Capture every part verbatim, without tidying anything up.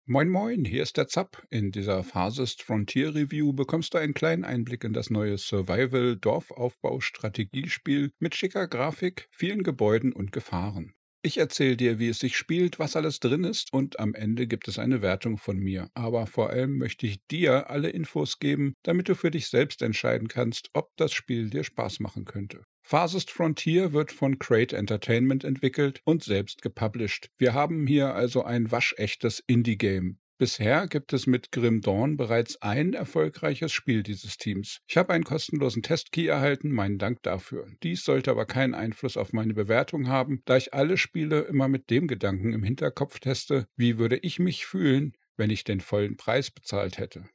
Moin Moin, hier ist der Zapp. In dieser Farthest Frontier Review bekommst du einen kleinen Einblick in das neue Survival-Dorfaufbau-Strategiespiel mit schicker Grafik, vielen Gebäuden und Gefahren. Ich erzähle dir, wie es sich spielt, was alles drin ist und am Ende gibt es eine Wertung von mir. Aber vor allem möchte ich dir alle Infos geben, damit du für dich selbst entscheiden kannst, ob das Spiel dir Spaß machen könnte. Farthest Frontier wird von Crate Entertainment entwickelt und selbst gepublished. Wir haben hier also ein waschechtes Indie-Game. Bisher gibt es mit Grim Dawn bereits ein erfolgreiches Spiel dieses Teams. Ich habe einen kostenlosen Testkey erhalten, meinen Dank dafür. Dies sollte aber keinen Einfluss auf meine Bewertung haben, da ich alle Spiele immer mit dem Gedanken im Hinterkopf teste, wie würde ich mich fühlen, wenn ich den vollen Preis bezahlt hätte.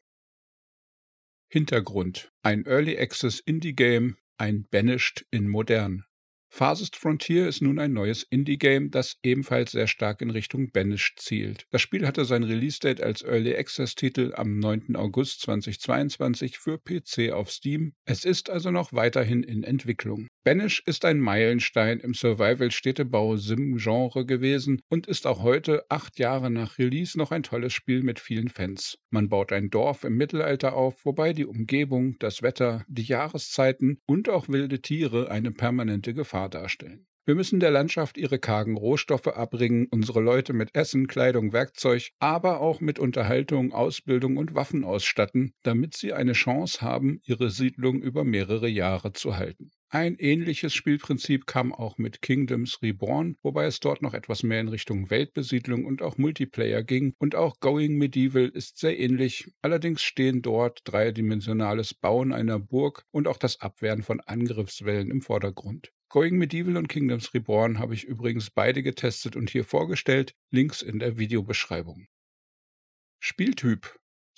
Hintergrund: Ein Early Access Indie-Game, ein Banished in modern. Farthest Frontier ist nun ein neues Indie-Game, das ebenfalls sehr stark in Richtung Banished zielt. Das Spiel hatte sein Release-Date als Early Access-Titel am neunten August zweitausendzweiundzwanzig für P C auf Steam. Es ist also noch weiterhin in Entwicklung. Banish ist ein Meilenstein im Survival-Städtebau-Sim-Genre gewesen und ist auch heute, acht Jahre nach Release, noch ein tolles Spiel mit vielen Fans. Man baut ein Dorf im Mittelalter auf, wobei die Umgebung, das Wetter, die Jahreszeiten und auch wilde Tiere eine permanente Gefahr darstellen. Wir müssen der Landschaft ihre kargen Rohstoffe abbringen, unsere Leute mit Essen, Kleidung, Werkzeug, aber auch mit Unterhaltung, Ausbildung und Waffen ausstatten, damit sie eine Chance haben, ihre Siedlung über mehrere Jahre zu halten. Ein ähnliches Spielprinzip kam auch mit Kingdoms Reborn, wobei es dort noch etwas mehr in Richtung Weltbesiedlung und auch Multiplayer ging, und auch Going Medieval ist sehr ähnlich, allerdings stehen dort dreidimensionales Bauen einer Burg und auch das Abwehren von Angriffswellen im Vordergrund. Going Medieval und Kingdoms Reborn habe ich übrigens beide getestet und hier vorgestellt, Links in der Videobeschreibung. Spieltyp: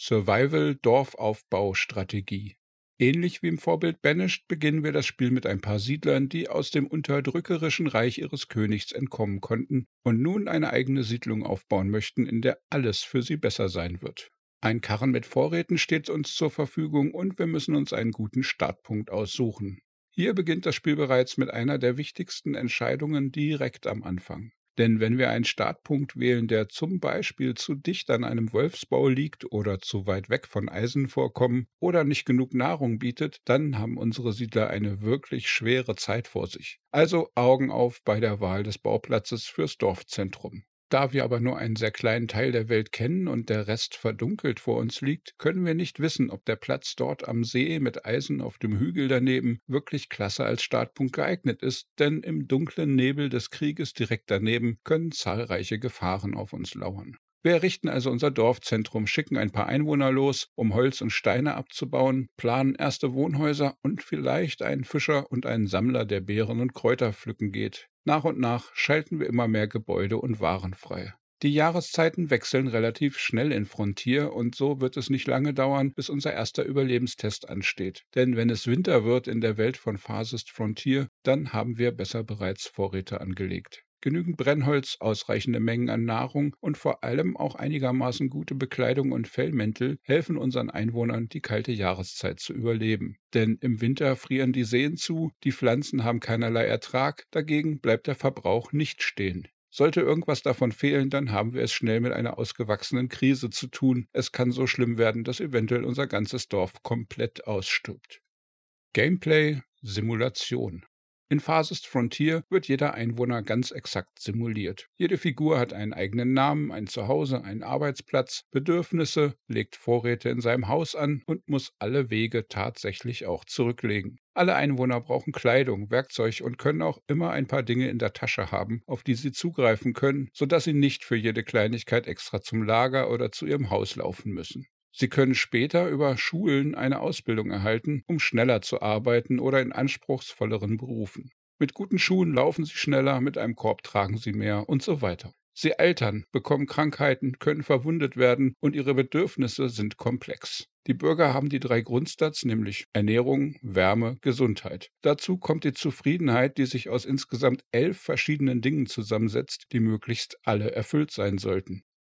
Survival-Dorfaufbau-Strategie. Ähnlich wie im Vorbild Banished beginnen wir das Spiel mit ein paar Siedlern, die aus dem unterdrückerischen Reich ihres Königs entkommen konnten und nun eine eigene Siedlung aufbauen möchten, in der alles für sie besser sein wird. Ein Karren mit Vorräten steht uns zur Verfügung und wir müssen uns einen guten Startpunkt aussuchen. Hier beginnt das Spiel bereits mit einer der wichtigsten Entscheidungen direkt am Anfang. Denn wenn wir einen Startpunkt wählen, der zum Beispiel zu dicht an einem Wolfsbau liegt oder zu weit weg von Eisenvorkommen oder nicht genug Nahrung bietet, dann haben unsere Siedler eine wirklich schwere Zeit vor sich. Also Augen auf bei der Wahl des Bauplatzes fürs Dorfzentrum. Da wir aber nur einen sehr kleinen Teil der Welt kennen und der Rest verdunkelt vor uns liegt, können wir nicht wissen, ob der Platz dort am See mit Eisen auf dem Hügel daneben wirklich klasse als Startpunkt geeignet ist, denn im dunklen Nebel des Krieges direkt daneben können zahlreiche Gefahren auf uns lauern. Wir errichten also unser Dorfzentrum, schicken ein paar Einwohner los, um Holz und Steine abzubauen, planen erste Wohnhäuser und vielleicht einen Fischer und einen Sammler, der Beeren und Kräuter pflücken geht. Nach und nach schalten wir immer mehr Gebäude und Waren frei. Die Jahreszeiten wechseln relativ schnell in Frontier und so wird es nicht lange dauern, bis unser erster Überlebenstest ansteht. Denn wenn es Winter wird in der Welt von Farthest Frontier, dann haben wir besser bereits Vorräte angelegt. Genügend Brennholz, ausreichende Mengen an Nahrung und vor allem auch einigermaßen gute Bekleidung und Fellmäntel helfen unseren Einwohnern, die kalte Jahreszeit zu überleben. Denn im Winter frieren die Seen zu, die Pflanzen haben keinerlei Ertrag, dagegen bleibt der Verbrauch nicht stehen. Sollte irgendwas davon fehlen, dann haben wir es schnell mit einer ausgewachsenen Krise zu tun. Es kann so schlimm werden, dass eventuell unser ganzes Dorf komplett ausstirbt. Gameplay: Simulation. In Farthest Frontier wird jeder Einwohner ganz exakt simuliert. Jede Figur hat einen eigenen Namen, ein Zuhause, einen Arbeitsplatz, Bedürfnisse, legt Vorräte in seinem Haus an und muss alle Wege tatsächlich auch zurücklegen. Alle Einwohner brauchen Kleidung, Werkzeug und können auch immer ein paar Dinge in der Tasche haben, auf die sie zugreifen können, sodass sie nicht für jede Kleinigkeit extra zum Lager oder zu ihrem Haus laufen müssen. Sie können später über Schulen eine Ausbildung erhalten, um schneller zu arbeiten oder in anspruchsvolleren Berufen. Mit guten Schuhen laufen sie schneller, mit einem Korb tragen sie mehr und so weiter. Sie altern, bekommen Krankheiten, können verwundet werden und ihre Bedürfnisse sind komplex. Die Bürger haben die drei Grundstats, nämlich Ernährung, Wärme, Gesundheit. Dazu kommt die Zufriedenheit, die sich aus insgesamt elf verschiedenen Dingen zusammensetzt, die möglichst alle erfüllt sein sollten.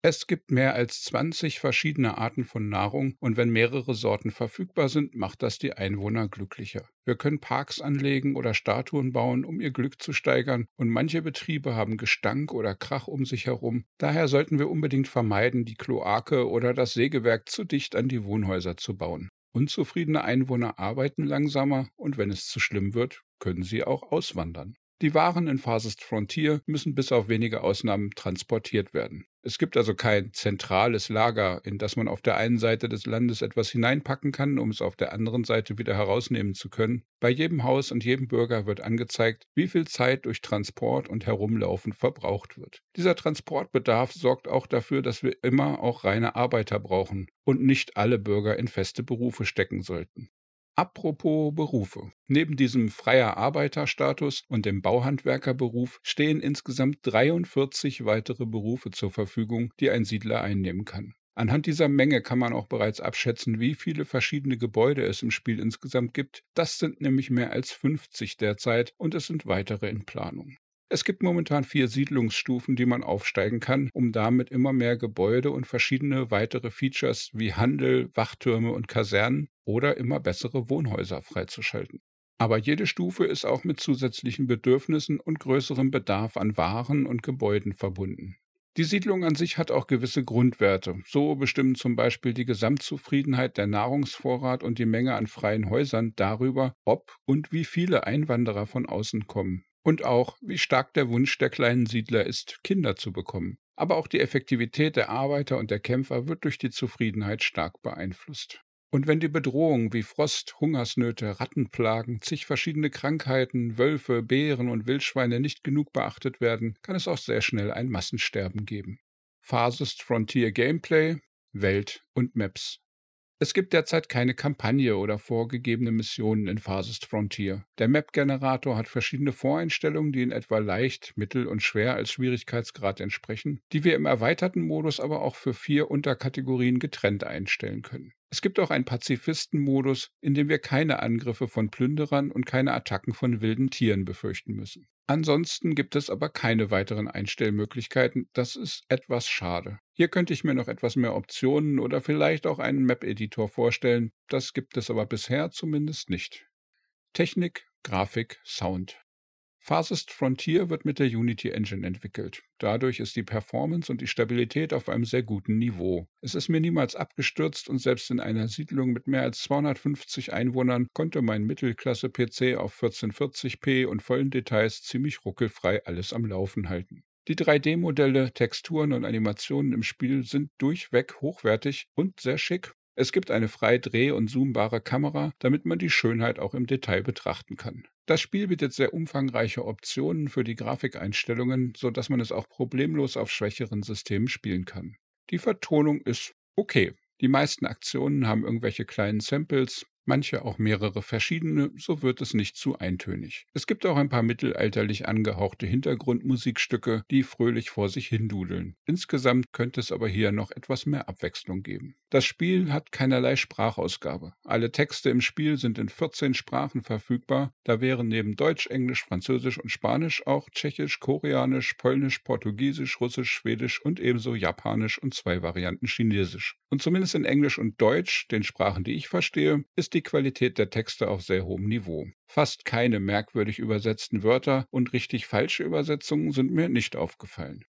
Es gibt mehr als zwanzig verschiedene Arten von Nahrung und wenn mehrere Sorten verfügbar sind, macht das die Einwohner glücklicher. Wir können Parks anlegen oder Statuen bauen, um ihr Glück zu steigern und manche Betriebe haben Gestank oder Krach um sich herum. Daher sollten wir unbedingt vermeiden, die Kloake oder das Sägewerk zu dicht an die Wohnhäuser zu bauen. Unzufriedene Einwohner arbeiten langsamer und wenn es zu schlimm wird, können sie auch auswandern. Die Waren in Farthest Frontier müssen bis auf wenige Ausnahmen transportiert werden. Es gibt also kein zentrales Lager, in das man auf der einen Seite des Landes etwas hineinpacken kann, um es auf der anderen Seite wieder herausnehmen zu können. Bei jedem Haus und jedem Bürger wird angezeigt, wie viel Zeit durch Transport und Herumlaufen verbraucht wird. Dieser Transportbedarf sorgt auch dafür, dass wir immer auch reine Arbeiter brauchen und nicht alle Bürger in feste Berufe stecken sollten. Apropos Berufe. Neben diesem freier Arbeiterstatus und dem Bauhandwerkerberuf stehen insgesamt dreiundvierzig weitere Berufe zur Verfügung, die ein Siedler einnehmen kann. Anhand dieser Menge kann man auch bereits abschätzen, wie viele verschiedene Gebäude es im Spiel insgesamt gibt. Das sind nämlich mehr als fünfzig derzeit und es sind weitere in Planung. Es gibt momentan vier Siedlungsstufen, die man aufsteigen kann, um damit immer mehr Gebäude und verschiedene weitere Features wie Handel, Wachtürme und Kasernen oder immer bessere Wohnhäuser freizuschalten. Aber jede Stufe ist auch mit zusätzlichen Bedürfnissen und größerem Bedarf an Waren und Gebäuden verbunden. Die Siedlung an sich hat auch gewisse Grundwerte. So bestimmen zum Beispiel die Gesamtzufriedenheit, der Nahrungsvorrat und die Menge an freien Häusern darüber, ob und wie viele Einwanderer von außen kommen. Und auch, wie stark der Wunsch der kleinen Siedler ist, Kinder zu bekommen. Aber auch die Effektivität der Arbeiter und der Kämpfer wird durch die Zufriedenheit stark beeinflusst. Und wenn die Bedrohungen wie Frost, Hungersnöte, Rattenplagen, zig verschiedene Krankheiten, Wölfe, Bären und Wildschweine nicht genug beachtet werden, kann es auch sehr schnell ein Massensterben geben. Farthest Frontier Gameplay, Welt und Maps. Es gibt derzeit keine Kampagne oder vorgegebene Missionen in Farthest Frontier. Der Map-Generator hat verschiedene Voreinstellungen, die in etwa leicht, mittel und schwer als Schwierigkeitsgrad entsprechen, die wir im erweiterten Modus aber auch für vier Unterkategorien getrennt einstellen können. Es gibt auch einen Pazifisten-Modus, in dem wir keine Angriffe von Plünderern und keine Attacken von wilden Tieren befürchten müssen. Ansonsten gibt es aber keine weiteren Einstellmöglichkeiten. Das ist etwas schade. Hier könnte ich mir noch etwas mehr Optionen oder vielleicht auch einen Map-Editor vorstellen. Das gibt es aber bisher zumindest nicht. Technik, Grafik, Sound. Farthest Frontier wird mit der Unity Engine entwickelt. Dadurch ist die Performance und die Stabilität auf einem sehr guten Niveau. Es ist mir niemals abgestürzt und selbst in einer Siedlung mit mehr als zweihundertfünfzig Einwohnern konnte mein Mittelklasse-P C auf vierzehnhundertvierzig p und vollen Details ziemlich ruckelfrei alles am Laufen halten. Die drei D-Modelle, Texturen und Animationen im Spiel sind durchweg hochwertig und sehr schick. Es gibt eine frei dreh- und zoombare Kamera, damit man die Schönheit auch im Detail betrachten kann. Das Spiel bietet sehr umfangreiche Optionen für die Grafikeinstellungen, sodass man es auch problemlos auf schwächeren Systemen spielen kann. Die Vertonung ist okay. Die meisten Aktionen haben irgendwelche kleinen Samples, manche auch mehrere verschiedene, so wird es nicht zu eintönig. Es gibt auch ein paar mittelalterlich angehauchte Hintergrundmusikstücke, die fröhlich vor sich hindudeln. Insgesamt könnte es aber hier noch etwas mehr Abwechslung geben. Das Spiel hat keinerlei Sprachausgabe. Alle Texte im Spiel sind in vierzehn Sprachen verfügbar. Da wären neben Deutsch, Englisch, Französisch und Spanisch auch Tschechisch, Koreanisch, Polnisch, Portugiesisch, Russisch, Schwedisch und ebenso Japanisch und zwei Varianten Chinesisch. Und zumindest in Englisch und Deutsch, den Sprachen, die ich verstehe, ist die Qualität der Texte auf sehr hohem Niveau. Fast keine merkwürdig übersetzten Wörter und richtig falsche Übersetzungen sind mir nicht aufgefallen.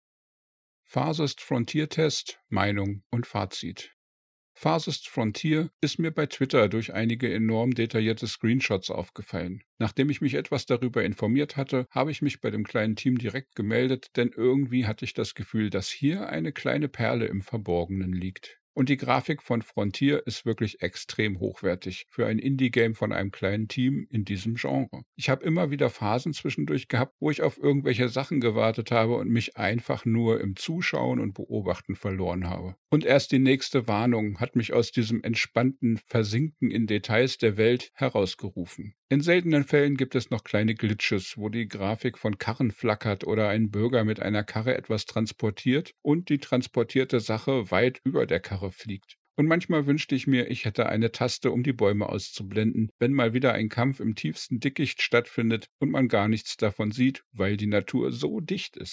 Farthest Frontier Test, Meinung und Fazit. Farthest Frontier ist mir bei Twitter durch einige enorm detaillierte Screenshots aufgefallen. Nachdem ich mich etwas darüber informiert hatte, habe ich mich bei dem kleinen Team direkt gemeldet, denn irgendwie hatte ich das Gefühl, dass hier eine kleine Perle im Verborgenen liegt. Und die Grafik von Frontier ist wirklich extrem hochwertig für ein Indie-Game von einem kleinen Team in diesem Genre. Ich habe immer wieder Phasen zwischendurch gehabt, wo ich auf irgendwelche Sachen gewartet habe und mich einfach nur im Zuschauen und Beobachten verloren habe. Und erst die nächste Warnung hat mich aus diesem entspannten Versinken in Details der Welt herausgerufen. In seltenen Fällen gibt es noch kleine Glitches, wo die Grafik von Karren flackert oder ein Bürger mit einer Karre etwas transportiert und die transportierte Sache weit über der Karre fliegt. Und manchmal wünschte ich mir, ich hätte eine Taste, um die Bäume auszublenden, wenn mal wieder ein Kampf im tiefsten Dickicht stattfindet und man gar nichts davon sieht, weil die Natur so dicht ist.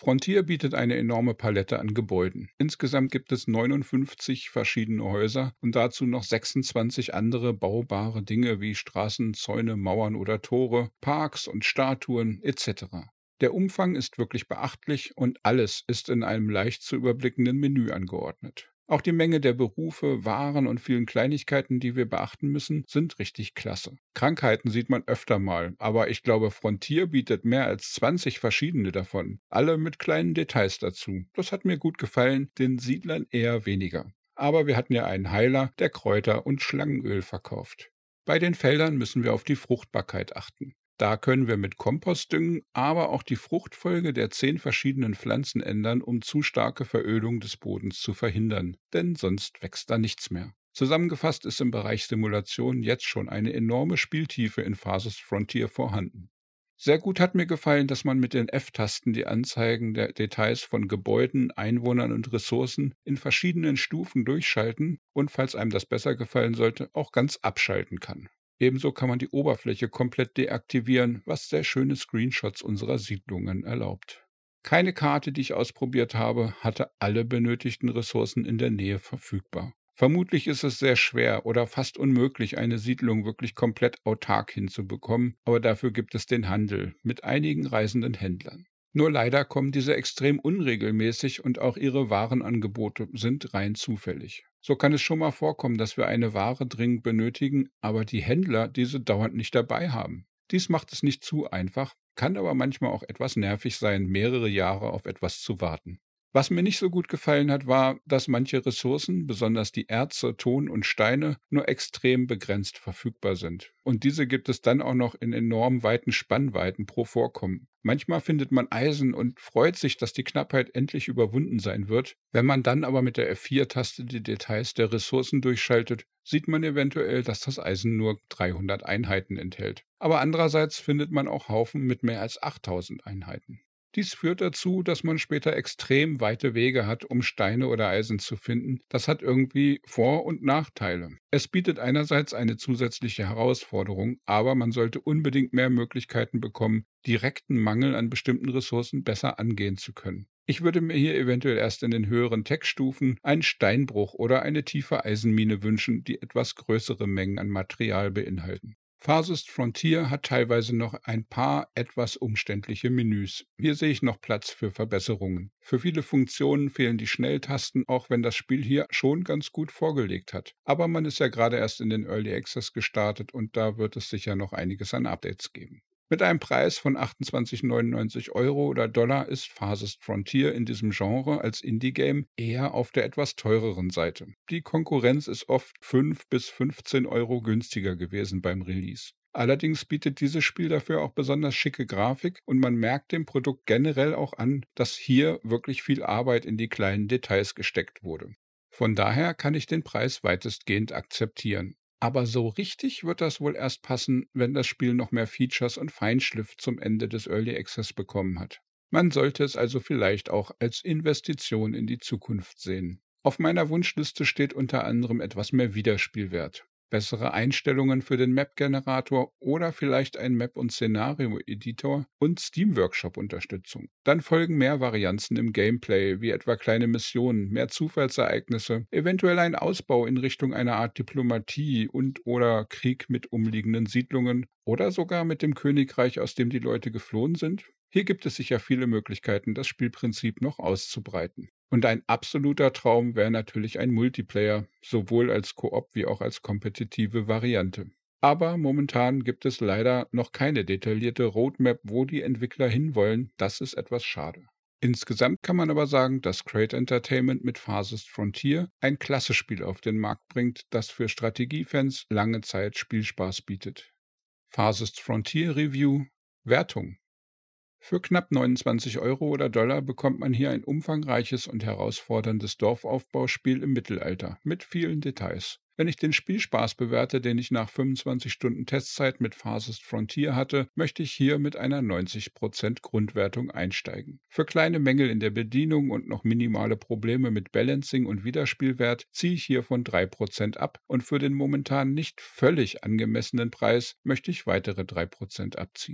Frontier bietet eine enorme Palette an Gebäuden. Insgesamt gibt es neunundfünfzig verschiedene Häuser und dazu noch sechsundzwanzig andere baubare Dinge wie Straßen, Zäune, Mauern oder Tore, Parks und Statuen et cetera. Der Umfang ist wirklich beachtlich und alles ist in einem leicht zu überblickenden Menü angeordnet. Auch die Menge der Berufe, Waren und vielen Kleinigkeiten, die wir beachten müssen, sind richtig klasse. Krankheiten sieht man öfter mal, aber ich glaube, Frontier bietet mehr als zwanzig verschiedene davon, alle mit kleinen Details dazu. Das hat mir gut gefallen, den Siedlern eher weniger. Aber wir hatten ja einen Heiler, der Kräuter und Schlangenöl verkauft. Bei den Feldern müssen wir auf die Fruchtbarkeit achten. Da können wir mit Kompost düngen, aber auch die Fruchtfolge der zehn verschiedenen Pflanzen ändern, um zu starke Verödung des Bodens zu verhindern, denn sonst wächst da nichts mehr. Zusammengefasst ist im Bereich Simulation jetzt schon eine enorme Spieltiefe in Phases Frontier vorhanden. Sehr gut hat mir gefallen, dass man mit den F-Tasten die Anzeigen der Details von Gebäuden, Einwohnern und Ressourcen in verschiedenen Stufen durchschalten und, falls einem das besser gefallen sollte, auch ganz abschalten kann. Ebenso kann man die Oberfläche komplett deaktivieren, was sehr schöne Screenshots unserer Siedlungen erlaubt. Keine Karte, die ich ausprobiert habe, hatte alle benötigten Ressourcen in der Nähe verfügbar. Vermutlich ist es sehr schwer oder fast unmöglich, eine Siedlung wirklich komplett autark hinzubekommen, aber dafür gibt es den Handel mit einigen reisenden Händlern. Nur leider kommen diese extrem unregelmäßig und auch ihre Warenangebote sind rein zufällig. So kann es schon mal vorkommen, dass wir eine Ware dringend benötigen, aber die Händler diese dauernd nicht dabei haben. Dies macht es nicht zu einfach, kann aber manchmal auch etwas nervig sein, mehrere Jahre auf etwas zu warten. Was mir nicht so gut gefallen hat, war, dass manche Ressourcen, besonders die Erze, Ton und Steine, nur extrem begrenzt verfügbar sind. Und diese gibt es dann auch noch in enorm weiten Spannweiten pro Vorkommen. Manchmal findet man Eisen und freut sich, dass die Knappheit endlich überwunden sein wird. Wenn man dann aber mit der F vier Taste die Details der Ressourcen durchschaltet, sieht man eventuell, dass das Eisen nur dreihundert Einheiten enthält. Aber andererseits findet man auch Haufen mit mehr als achttausend Einheiten. Dies führt dazu, dass man später extrem weite Wege hat, um Steine oder Eisen zu finden. Das hat irgendwie Vor- und Nachteile. Es bietet einerseits eine zusätzliche Herausforderung, aber man sollte unbedingt mehr Möglichkeiten bekommen, direkten Mangel an bestimmten Ressourcen besser angehen zu können. Ich würde mir hier eventuell erst in den höheren Tech-Stufen einen Steinbruch oder eine tiefe Eisenmine wünschen, die etwas größere Mengen an Material beinhalten. Farthest Frontier hat teilweise noch ein paar etwas umständliche Menüs. Hier sehe ich noch Platz für Verbesserungen. Für viele Funktionen fehlen die Schnelltasten, auch wenn das Spiel hier schon ganz gut vorgelegt hat. Aber man ist ja gerade erst in den Early Access gestartet und da wird es sicher noch einiges an Updates geben. Mit einem Preis von achtundzwanzig neunundneunzig Euro oder Dollar ist Farthest Frontier in diesem Genre als Indie-Game eher auf der etwas teureren Seite. Die Konkurrenz ist oft fünf bis fünfzehn Euro günstiger gewesen beim Release. Allerdings bietet dieses Spiel dafür auch besonders schicke Grafik und man merkt dem Produkt generell auch an, dass hier wirklich viel Arbeit in die kleinen Details gesteckt wurde. Von daher kann ich den Preis weitestgehend akzeptieren. Aber so richtig wird das wohl erst passen, wenn das Spiel noch mehr Features und Feinschliff zum Ende des Early Access bekommen hat. Man sollte es also vielleicht auch als Investition in die Zukunft sehen. Auf meiner Wunschliste steht unter anderem etwas mehr Wiederspielwert, bessere Einstellungen für den Map-Generator oder vielleicht ein Map- und Szenario-Editor und Steam-Workshop-Unterstützung. Dann folgen mehr Varianzen im Gameplay, wie etwa kleine Missionen, mehr Zufallsereignisse, eventuell ein Ausbau in Richtung einer Art Diplomatie und oder Krieg mit umliegenden Siedlungen oder sogar mit dem Königreich, aus dem die Leute geflohen sind. Hier gibt es sicher viele Möglichkeiten, das Spielprinzip noch auszubreiten. Und ein absoluter Traum wäre natürlich ein Multiplayer, sowohl als Koop wie auch als kompetitive Variante. Aber momentan gibt es leider noch keine detaillierte Roadmap, wo die Entwickler hinwollen. Das ist etwas schade. Insgesamt kann man aber sagen, dass Crate Entertainment mit Farthest Frontier ein klasse Spiel auf den Markt bringt, das für Strategiefans lange Zeit Spielspaß bietet. Farthest Frontier Review Wertung. Für knapp neunundzwanzig Euro oder Dollar bekommt man hier ein umfangreiches und herausforderndes Dorfaufbauspiel im Mittelalter mit vielen Details. Wenn ich den Spielspaß bewerte, den ich nach fünfundzwanzig Stunden Testzeit mit Farthest Frontier hatte, möchte ich hier mit einer neunzig Prozent Grundwertung einsteigen. Für kleine Mängel in der Bedienung und noch minimale Probleme mit Balancing und Wiederspielwert ziehe ich hier von drei Prozent ab und für den momentan nicht völlig angemessenen Preis möchte ich weitere drei Prozent abziehen.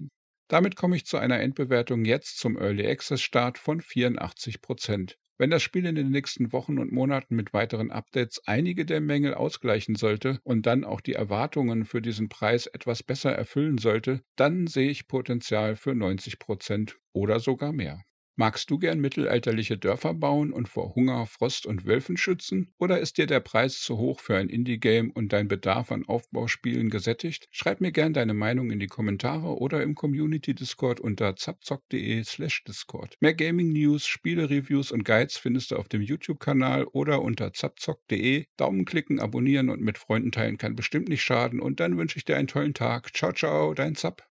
Damit komme ich zu einer Endbewertung jetzt zum Early Access Start von vierundachtzig Prozent. Wenn das Spiel in den nächsten Wochen und Monaten mit weiteren Updates einige der Mängel ausgleichen sollte und dann auch die Erwartungen für diesen Preis etwas besser erfüllen sollte, dann sehe ich Potenzial für neunzig Prozent oder sogar mehr. Magst du gern mittelalterliche Dörfer bauen und vor Hunger, Frost und Wölfen schützen? Oder ist dir der Preis zu hoch für ein Indie-Game und dein Bedarf an Aufbauspielen gesättigt? Schreib mir gern deine Meinung in die Kommentare oder im Community-Discord unter zapzock.de slash Discord. Mehr Gaming-News, Spiele-Reviews und Guides findest du auf dem YouTube-Kanal oder unter zapzock.de. Daumen klicken, abonnieren und mit Freunden teilen kann bestimmt nicht schaden. Und dann wünsche ich dir einen tollen Tag. Ciao, ciao, dein Zap.